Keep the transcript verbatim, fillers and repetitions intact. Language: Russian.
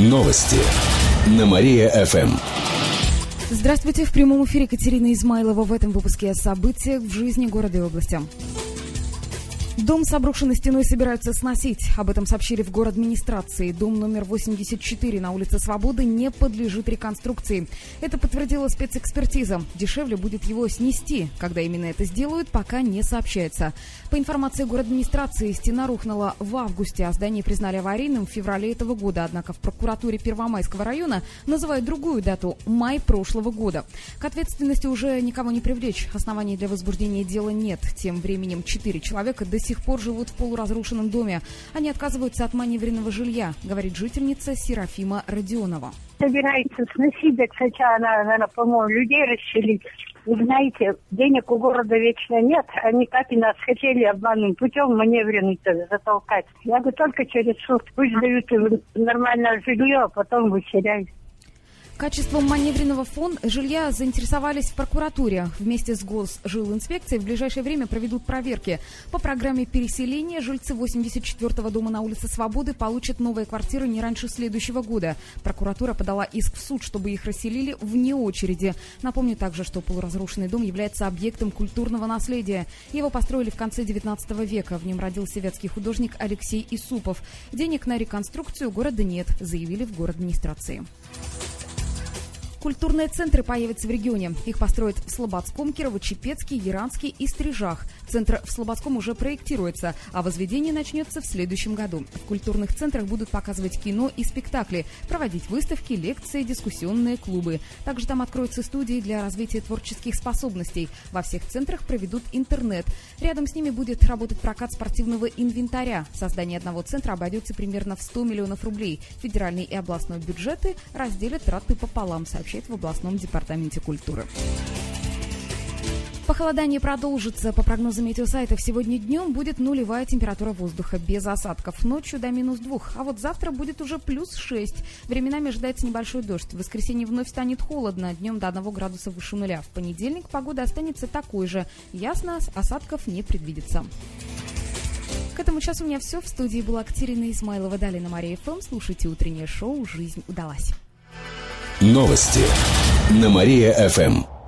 Новости на Мария-ФМ. Здравствуйте, в прямом эфире Катерина Измайлова. В этом выпуске о событиях в жизни города и области. Дом с обрушенной стеной собираются сносить. Об этом сообщили в городадминистрации. Дом номер восемьдесят четыре на улице Свободы не подлежит реконструкции. Это подтвердила спецэкспертиза. Дешевле будет его снести. Когда именно это сделают, пока не сообщается. По информации городадминистрации, стена рухнула в августе, а здание признали аварийным в феврале этого года. Однако в прокуратуре Первомайского района называют другую дату – май прошлого года. К ответственности уже никого не привлечь. Оснований для возбуждения дела нет. Тем временем четыре человека до сих пор живут в полуразрушенном доме. Они отказываются от маневренного жилья, говорит жительница Серафима Родионова. Собирается сносить, так сначала надо, наверное, по-моему, людей расселить. Вы знаете, денег у города вечно нет. Они так и нас хотели обманным путем маневренный-то затолкать. Я бы только через суд. Пусть дают нормальное жилье, а потом выселяют. Качеством маневренного фон жилья заинтересовались в прокуратуре. Вместе с Госжилинспекцией в ближайшее время проведут проверки. По программе переселения жильцы восемьдесят четвёртого дома на улице Свободы получат новые квартиры не раньше следующего года. Прокуратура подала иск в суд, чтобы их расселили вне очереди. Напомню также, что полуразрушенный дом является объектом культурного наследия. Его построили в конце девятнадцатого века. В нем родился вятский художник Алексей Исупов. Денег на реконструкцию города нет, заявили в городадминистрации. Культурные центры появятся в регионе. Их построят в Слободском, Кирово-Чепецке, Яранске и Стрижах. Центр в Слободском уже проектируется, а возведение начнется в следующем году. В культурных центрах будут показывать кино и спектакли, проводить выставки, лекции, дискуссионные клубы. Также там откроются студии для развития творческих способностей. Во всех центрах проведут интернет. Рядом с ними будет работать прокат спортивного инвентаря. Создание одного центра обойдется примерно в сто миллионов рублей. Федеральный и областной бюджеты разделят траты пополам, сообщает в областном департаменте культуры. Похолодание продолжится. По прогнозам метеосайтов, сегодня днем будет нулевая температура воздуха без осадков. Ночью до минус двух. А вот завтра будет уже плюс шесть. Временами ожидается небольшой дождь. В воскресенье вновь станет холодно. Днем до одного градуса выше нуля. В понедельник погода останется такой же. Ясно, осадков не предвидится. К этому часу у меня все. В студии была Катерина Измайлова. Далее на Мария-ФМ. Слушайте утреннее шоу «Жизнь удалась». Новости на Мария-ФМ.